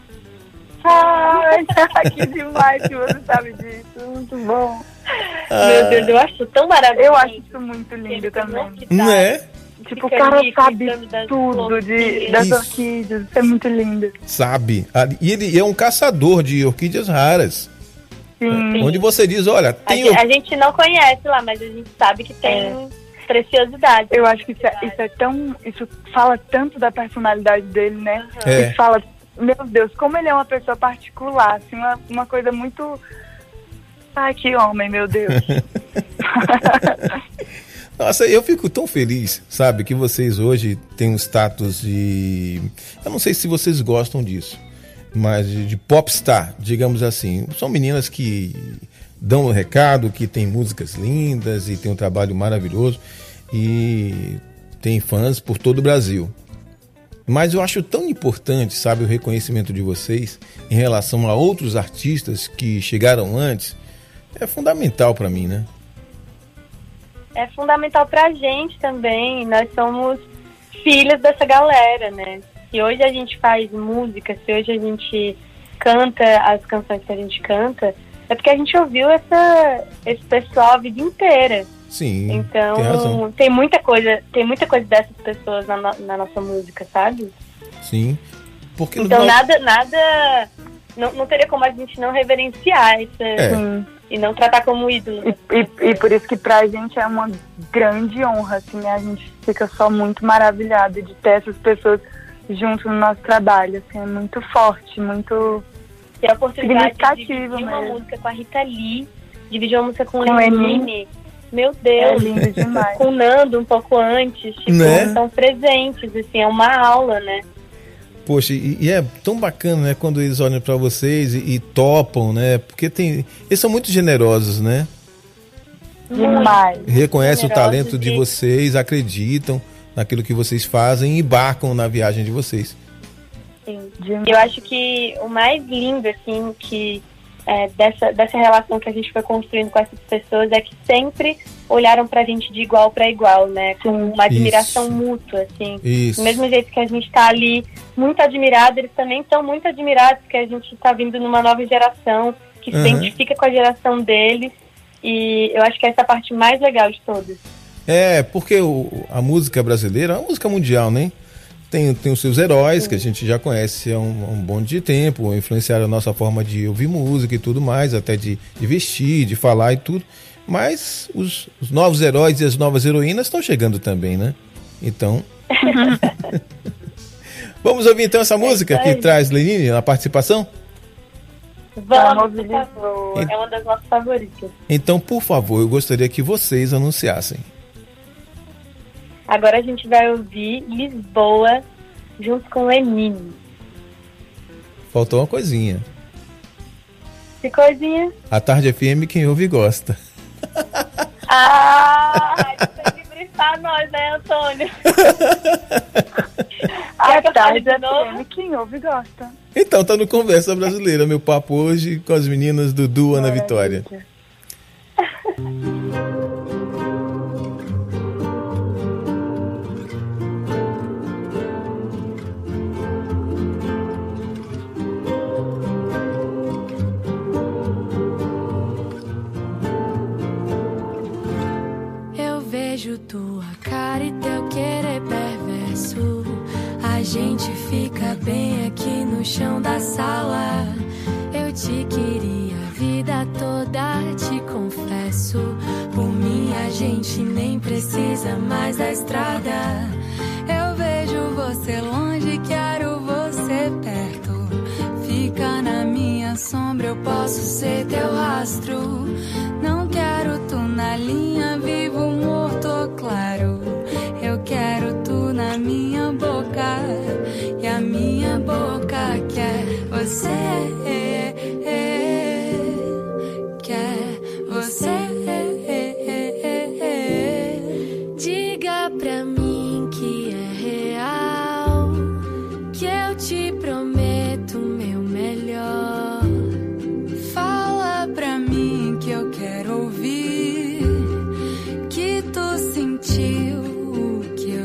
Ai, que demais que você sabe disso, muito bom. Meu Deus, eu acho tão maravilhoso. Eu acho isso muito lindo também. Não é? Tipo, o cara sabe tudo das orquídeas, isso é muito lindo. Sabe, e ele é um caçador de orquídeas raras. Sim. Onde você diz, olha, tem... A gente não conhece lá, mas a gente sabe que tem preciosidade. Eu acho que isso fala tanto da personalidade dele, né? Isso fala, meu Deus, como ele é uma pessoa particular, assim, uma coisa muito... Ai, que homem, meu Deus. Nossa, eu fico tão feliz, sabe, que vocês hoje têm um status de... Eu não sei se vocês gostam disso, mais de popstar, digamos assim. São meninas que dão o recado, que tem músicas lindas e tem um trabalho maravilhoso e tem fãs por todo o Brasil. Mas eu acho tão importante, sabe, o reconhecimento de vocês em relação a outros artistas que chegaram antes. É fundamental para mim, né? É fundamental pra gente também. Nós somos filhos dessa galera, né? Se hoje a gente faz música, se hoje a gente canta as canções que a gente canta, é porque a gente ouviu esse pessoal a vida inteira. Sim, então tem muita coisa dessas pessoas na nossa música, sabe? Sim. Porque então não teria como a gente não reverenciar isso e não tratar como ídolo. E por isso que pra gente é uma grande honra, assim, a gente fica só muito maravilhada de ter essas pessoas junto no nosso trabalho, assim, é muito forte, muito e a oportunidade de dividir mesmo. Uma música com a Rita Lee, dividir uma música com o Lenine. Meu Deus, é lindo demais. Com o Nando um pouco antes, tipo, né? Estão presentes, assim, é uma aula, né? Poxa, e é tão bacana, né, quando eles olham pra vocês e topam, né? Porque eles são muito generosos, né? Demais. Reconhecem o talento de vocês, acreditam naquilo que vocês fazem e embarcam na viagem de vocês. Sim. Eu acho que o mais lindo, assim, que dessa relação que a gente foi construindo com essas pessoas é que sempre olharam pra gente de igual para igual, né? Com uma admiração mútua, assim. Isso. Do mesmo jeito que a gente tá ali muito admirado, eles também estão muito admirados, porque a gente tá vindo numa nova geração que se identifica com a geração deles, e eu acho que essa é a parte mais legal de todas. Porque a música brasileira é uma música mundial, né? Tem os seus heróis, que a gente já conhece há um bom de tempo, influenciaram a nossa forma de ouvir música e tudo mais, até de vestir, de falar e tudo. Mas os novos heróis e as novas heroínas estão chegando também, né? Então... Vamos ouvir então essa música que traz Lenine na participação? Vamos, por favor. É uma das nossas favoritas. Então, por favor, eu gostaria que vocês anunciassem. Agora a gente vai ouvir Lisboa junto com Lenine. Faltou uma coisinha. Que coisinha? A Tarde FM, quem ouve gosta. Tem que brifar nós, né, Antônio? A Tarde FM, quem ouve gosta. Então, tá no Conversa Brasileira, meu papo hoje com as meninas Dudu, Ana Vitória. Vejo tua cara e teu querer perverso. A gente fica bem aqui no chão da sala. Eu te queria a vida toda, te confesso. Por mim a gente nem precisa mais da estrada. Eu vejo você longe, quero você perto. Fica na minha sombra, eu posso ser teu rastro. Não quero tu na linha, vivo morto claro. Eu quero tu na minha boca e a minha boca quer você, quer você. Diga pra mim que é real, que eu te prometo meu melhor. Fala pra mim que eu quero ouvir, que tu sentiu o que eu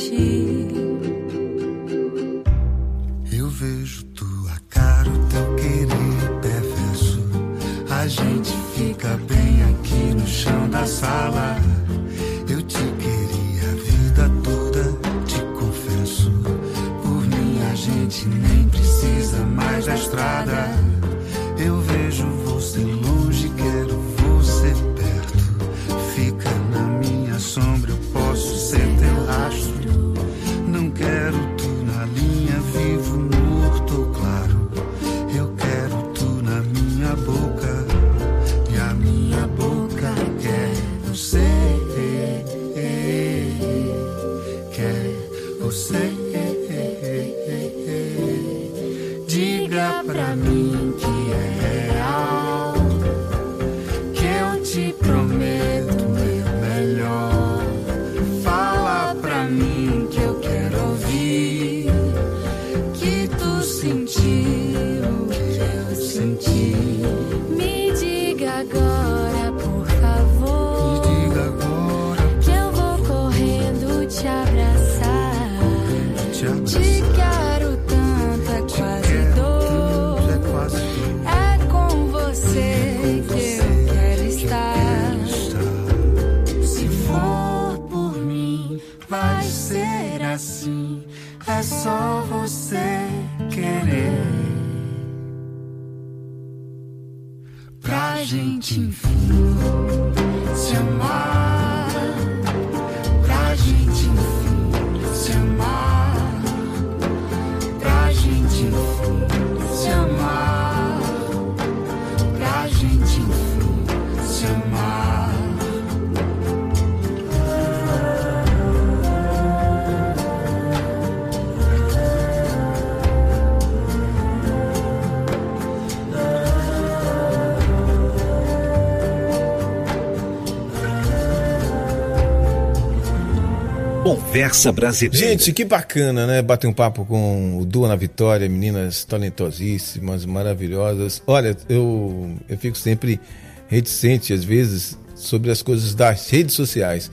senti. Eu vejo tua cara, o teu querer te prometo meu melhor. Fala pra mim que eu quero ouvir, que tu sentiu o que eu senti. Me diga agora, por favor, me diga agora, que eu vou correndo te abraçar. Te quero tanto, é quase dor. É com você que eu quero estar. Se for por mim, vai ser assim. É só você querer. Pra gente enfim se amar. Pra gente enfim se amar. Pra gente enfim se amar. Pra gente enfim se amar. Conversa Brasileira. Gente, que bacana, né? Bater um papo com o Duo na Vitória, meninas talentosíssimas, maravilhosas. Olha, eu fico sempre reticente, às vezes, sobre as coisas das redes sociais.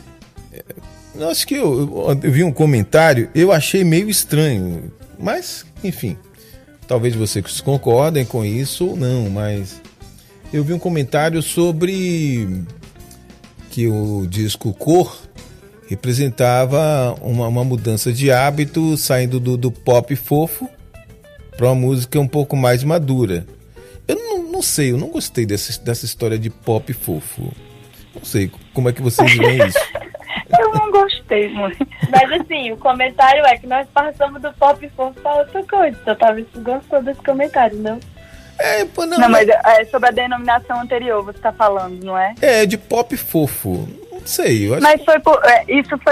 Acho que eu vi um comentário, eu achei meio estranho, mas, enfim, talvez vocês concordem com isso ou não, mas eu vi um comentário sobre que o disco Cor representava uma mudança de hábito, saindo do pop fofo para uma música um pouco mais madura. Eu não sei, eu não gostei dessa história de pop fofo. Não sei, como é que vocês veem isso? Eu não gostei muito. Mas assim, o comentário é que nós passamos do pop fofo para outra coisa. Então talvez você gostou desse comentário, não? Não, mas é sobre a denominação anterior, você tá falando, não é? É, de pop fofo. Não sei, eu acho. Mas isso foi...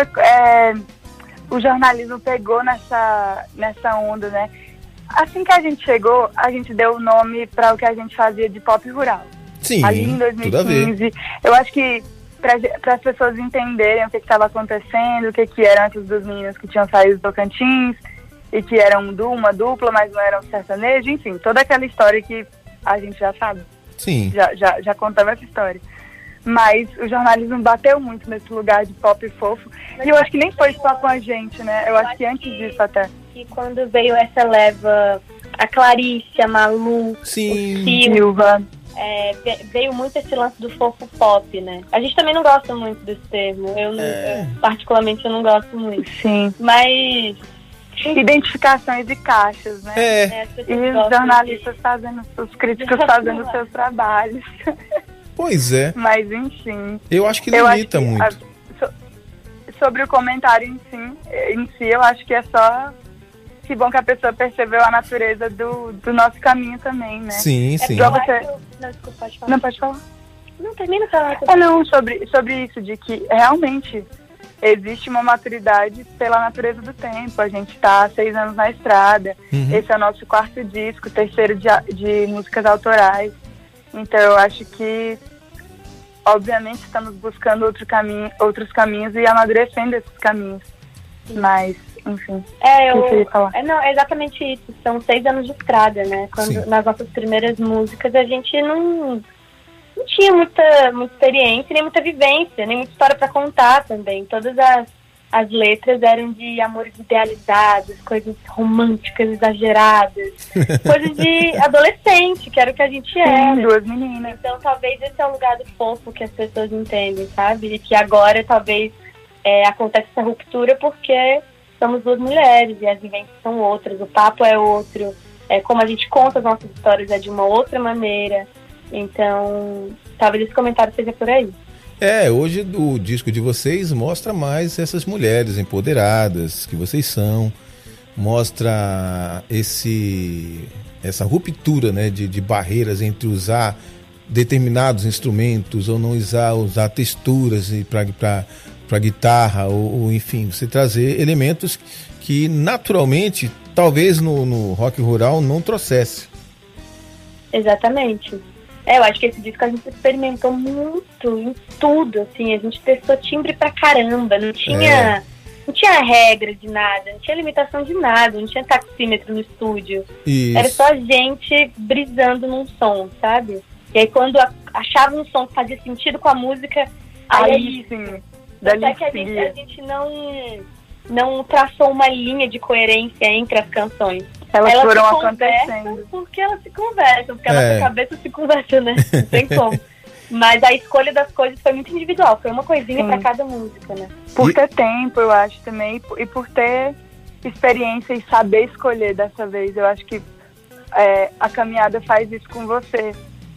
o jornalismo pegou nessa onda, né? Assim que a gente chegou, a gente deu o nome para o que a gente fazia de pop rural. Sim, ali em 2015. Eu acho que para as pessoas entenderem o que estava acontecendo, o que eram essas duas meninas que tinham saído do Tocantins e que eram uma dupla, mas não eram sertanejo, enfim, toda aquela história que a gente já sabe. Sim. Já contava essa história. Mas o jornalismo bateu muito nesse lugar de pop fofo. E eu acho que nem foi só com a gente, né? Eu acho que antes disso até. E quando veio essa leva, a Clarice, a Malu, sim, o Silva, veio muito esse lance do fofo pop, né? A gente também não gosta muito desse termo. Eu particularmente, eu não gosto muito. Sim. Mas... identificações e caixas, né? E os jornalistas fazendo, os críticos fazendo os seus trabalhos. Pois é. Mas, enfim... Eu acho que limita muito. Sobre o comentário em si, eu acho que é só... Que bom que a pessoa percebeu a natureza do nosso caminho também, né? Sim, sim. Igual você... Não, desculpa, pode falar. Não, pode falar. Não, termina falar. Não, sobre isso, de que realmente existe uma maturidade pela natureza do tempo. A gente está há 6 anos na estrada. Esse é o nosso 4º disco, 3º de músicas autorais. Então eu acho que, obviamente, estamos buscando outros caminhos e amadurecendo esses caminhos. Mas, enfim, não, é exatamente isso. São 6 anos de estrada, né? Quando, nas nossas primeiras músicas, a gente não tinha muita experiência, nem muita vivência, nem muita história para contar também. Todas as letras eram de amores idealizados, coisas românticas, exageradas, coisas de adolescente, que era o que a gente era. Sim, 2 meninas. Então talvez esse é o lugar do fofo que as pessoas entendem, sabe? E que agora talvez acontece essa ruptura porque somos 2 mulheres e as vivências são outras, o papo é outro, como a gente conta as nossas histórias é de uma outra maneira. Então, talvez esse comentário seja por aí. Hoje o disco de vocês mostra mais essas mulheres empoderadas que vocês são, mostra essa ruptura, né, de barreiras entre usar determinados instrumentos ou não usar texturas para guitarra ou enfim, você trazer elementos que naturalmente talvez no rock rural não trouxesse. Exatamente. Eu acho que esse disco a gente experimentou muito em tudo, assim, a gente testou timbre pra caramba, não tinha regra de nada, não tinha limitação de nada, não tinha taxímetro no estúdio. Isso. Era só a gente brisando num som, sabe? E aí quando achava um som que fazia sentido com a música, aí sim. Até que a gente não traçou uma linha de coerência entre as canções. Elas foram acontecendo. Porque elas se conversam, porque a nossa cabeça se conversa, né? Não tem como. Mas a escolha das coisas foi muito individual, foi uma coisinha pra cada música, né? Por ter tempo, eu acho, também, e por ter experiência e saber escolher dessa vez. Eu acho que a caminhada faz isso com você.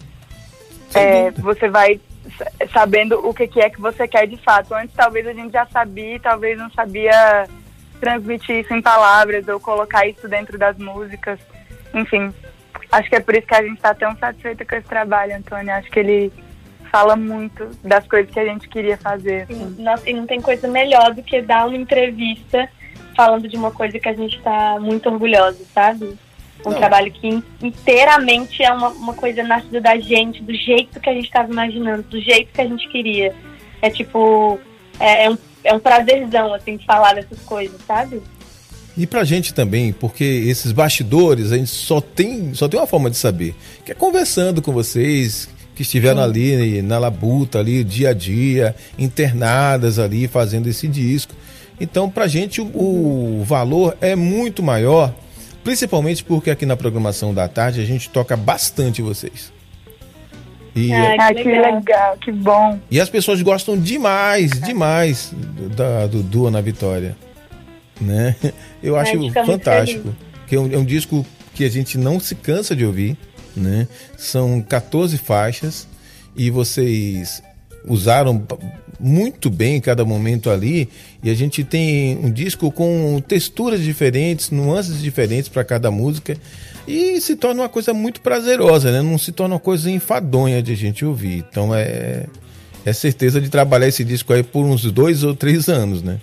Você vai sabendo o que é que você quer de fato. Antes, talvez a gente já sabia, talvez não sabia transmitir isso em palavras ou colocar isso dentro das músicas. Enfim, acho que é por isso que a gente está tão satisfeita com esse trabalho, Antônio. Acho que ele fala muito das coisas que a gente queria fazer. Assim. Nossa, e não tem coisa melhor do que dar uma entrevista falando de uma coisa que a gente está muito orgulhoso, sabe? Um trabalho que inteiramente é uma coisa nascida da gente, do jeito que a gente estava imaginando, do jeito que a gente queria. É tipo, é um prazerzão, assim, de falar dessas coisas, sabe? E pra gente também, porque esses bastidores a gente só tem uma forma de saber, que é conversando com vocês que estiveram ali na labuta, ali dia a dia, internadas ali fazendo esse disco. Então pra gente o valor é muito maior, principalmente porque aqui na programação da tarde a gente toca bastante vocês. E, que legal, que bom. E as pessoas gostam demais do Duo na Vitória, né? Eu acho fantástico, que é um disco que a gente não se cansa de ouvir, né? São 14 faixas e vocês usaram muito bem cada momento ali, e a gente tem um disco com texturas diferentes, nuances diferentes para cada música, e se torna uma coisa muito prazerosa, né? Não se torna uma coisa enfadonha de a gente ouvir. Então é certeza de trabalhar esse disco aí por uns 2 ou 3 anos, né?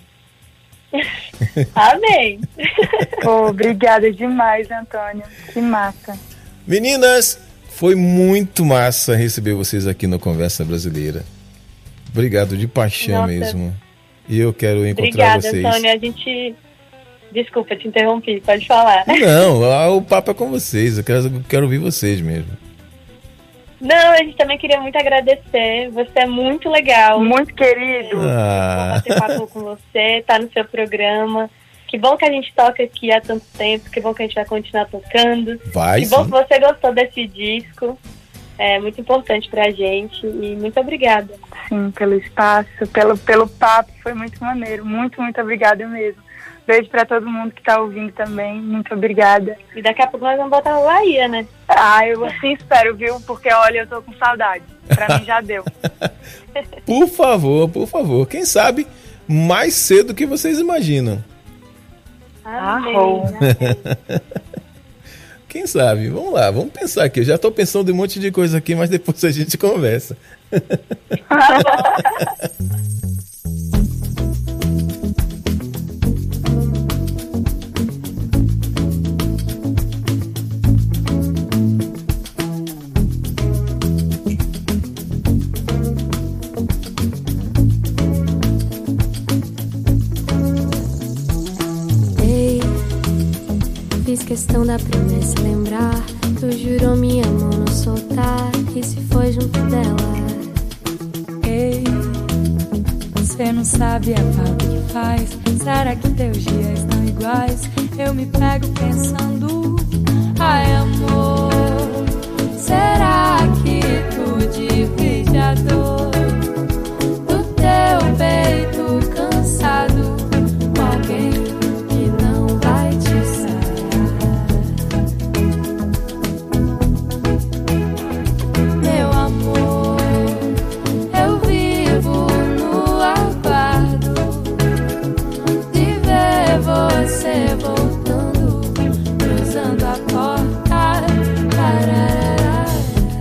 Amém. Obrigada demais, Antônio. Que massa. Meninas, foi muito massa receber vocês aqui no Conversa Brasileira. Obrigado de paixão mesmo. E eu quero encontrar vocês. Obrigada, Antônio. A gente... Desculpa, te interrompi. Pode falar. Não, o papo é com vocês. Eu quero ouvir vocês mesmo. Não, a gente também queria muito agradecer. Você é muito legal. Muito querido. Bater papo com você, tá no seu programa. Que bom que a gente toca aqui há tanto tempo. Que bom que a gente vai continuar tocando. Que bom que você gostou desse disco. É muito importante pra gente. E muito obrigada. Sim, pelo espaço, pelo papo. Foi muito maneiro. Muito, muito obrigada mesmo. Beijo pra todo mundo que tá ouvindo também. Muito obrigada. E daqui a pouco nós vamos botar a Bahia, né? Eu assim espero, viu? Porque, olha, eu tô com saudade. Pra mim já deu. Por favor. Quem sabe mais cedo que vocês imaginam. Amém. Quem sabe? Vamos lá, vamos pensar aqui. Eu já tô pensando em um monte de coisa aqui, mas depois a gente conversa. Fiz questão da promessa lembrar. Tu jurou minha mão não soltar. E se foi junto dela? Ei, você não sabe a falta que faz. Será que teus dias estão iguais? Eu me pego pensando, ai amor, será que tu divide a dor do teu peito cansado com alguém que não vai te sarar? Meu amor, eu vivo no aguardo de ver você voltando, cruzando a porta. Tararara.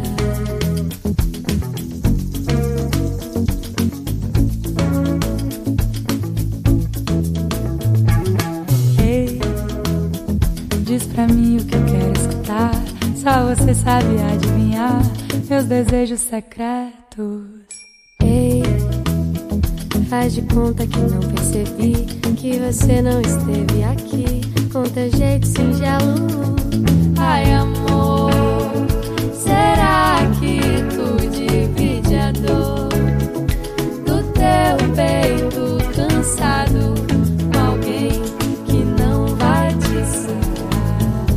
Ei, diz pra mim o que eu quero escutar. Só você sabe adivinhar. meus desejos secretos. Ei, faz de conta que não percebi que você não esteve aqui com teu jeito singelo. Ai, amor, será que tu divide a dor do teu peito cansado com alguém que não vai te sarar?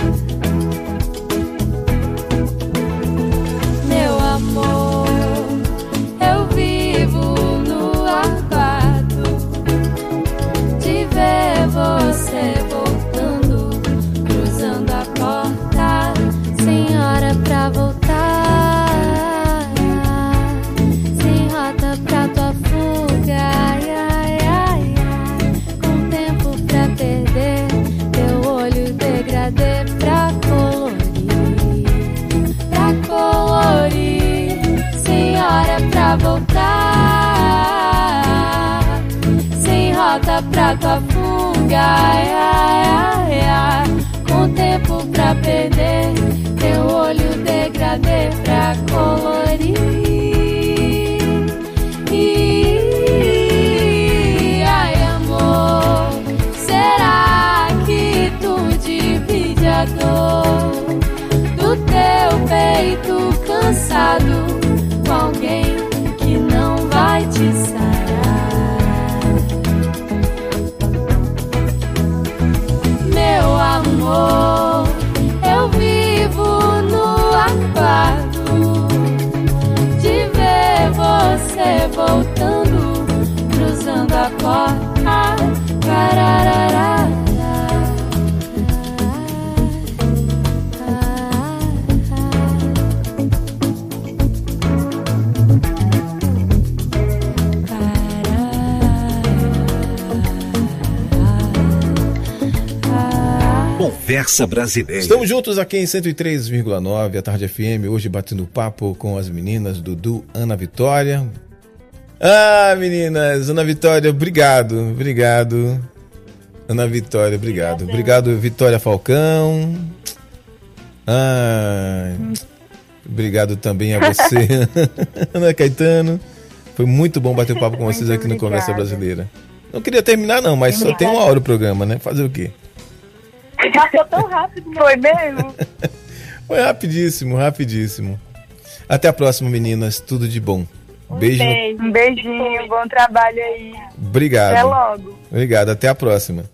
Meu amor, eu vivo no aguardo de ver você voltando, cruzando a porta, sem hora pra voltar, sem rota pra tua fuga, ai, ai, ai, ai, com tempo pra perder, teu olho degradê pra colorir, sem hora pra voltar, sem rota pra tua fuga, ai, ai, ai, ai, com tempo pra perder, teu olho degradê pra colorir. Ai, amor, será que tu divide a dor do teu peito cansado com alguém que não vai te sarar? Meu amor, eu vivo no aguardo de ver você voltando, cruzando a porta, pararará. Conversa Brasileira. Estamos juntos aqui em 103,9, a Tarde FM, hoje batendo papo com as meninas Dudu, Ana Vitória. Ah, meninas, Ana Vitória, obrigado. Ana Vitória, obrigado. Obrigado, Vitória Falcão. Obrigado também a você, Ana Caetano. Foi muito bom bater papo com vocês aqui no Conversa Brasileira. Não queria terminar não, mas só tem 1 hora o programa, né? Fazer o quê? Passou tão rápido, foi mesmo? Foi rapidíssimo. Até a próxima, meninas. Tudo de bom. Beijo. Um beijinho, bom trabalho aí. Obrigado. Até logo. Obrigado, até a próxima.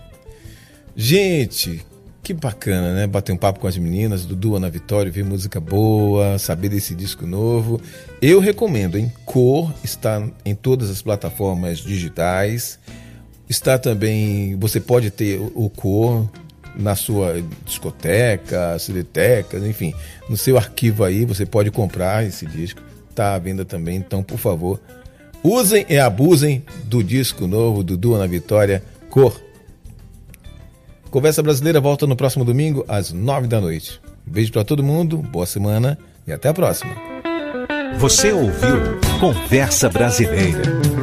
Gente, que bacana, né? Bater um papo com as meninas, Dudu, Ana Vitória, ver música boa, saber desse disco novo. Eu recomendo, hein? Cor está em todas as plataformas digitais. Está também, você pode ter o Cor na sua discoteca, CD-teca, enfim, no seu arquivo aí, você pode comprar esse disco, tá à venda também, então, por favor, usem e abusem do disco novo, Dudu, Ana Vitória, Cor. Conversa Brasileira volta no próximo domingo, às 9 da noite. Um beijo pra todo mundo, boa semana e até a próxima. Você ouviu Conversa Brasileira.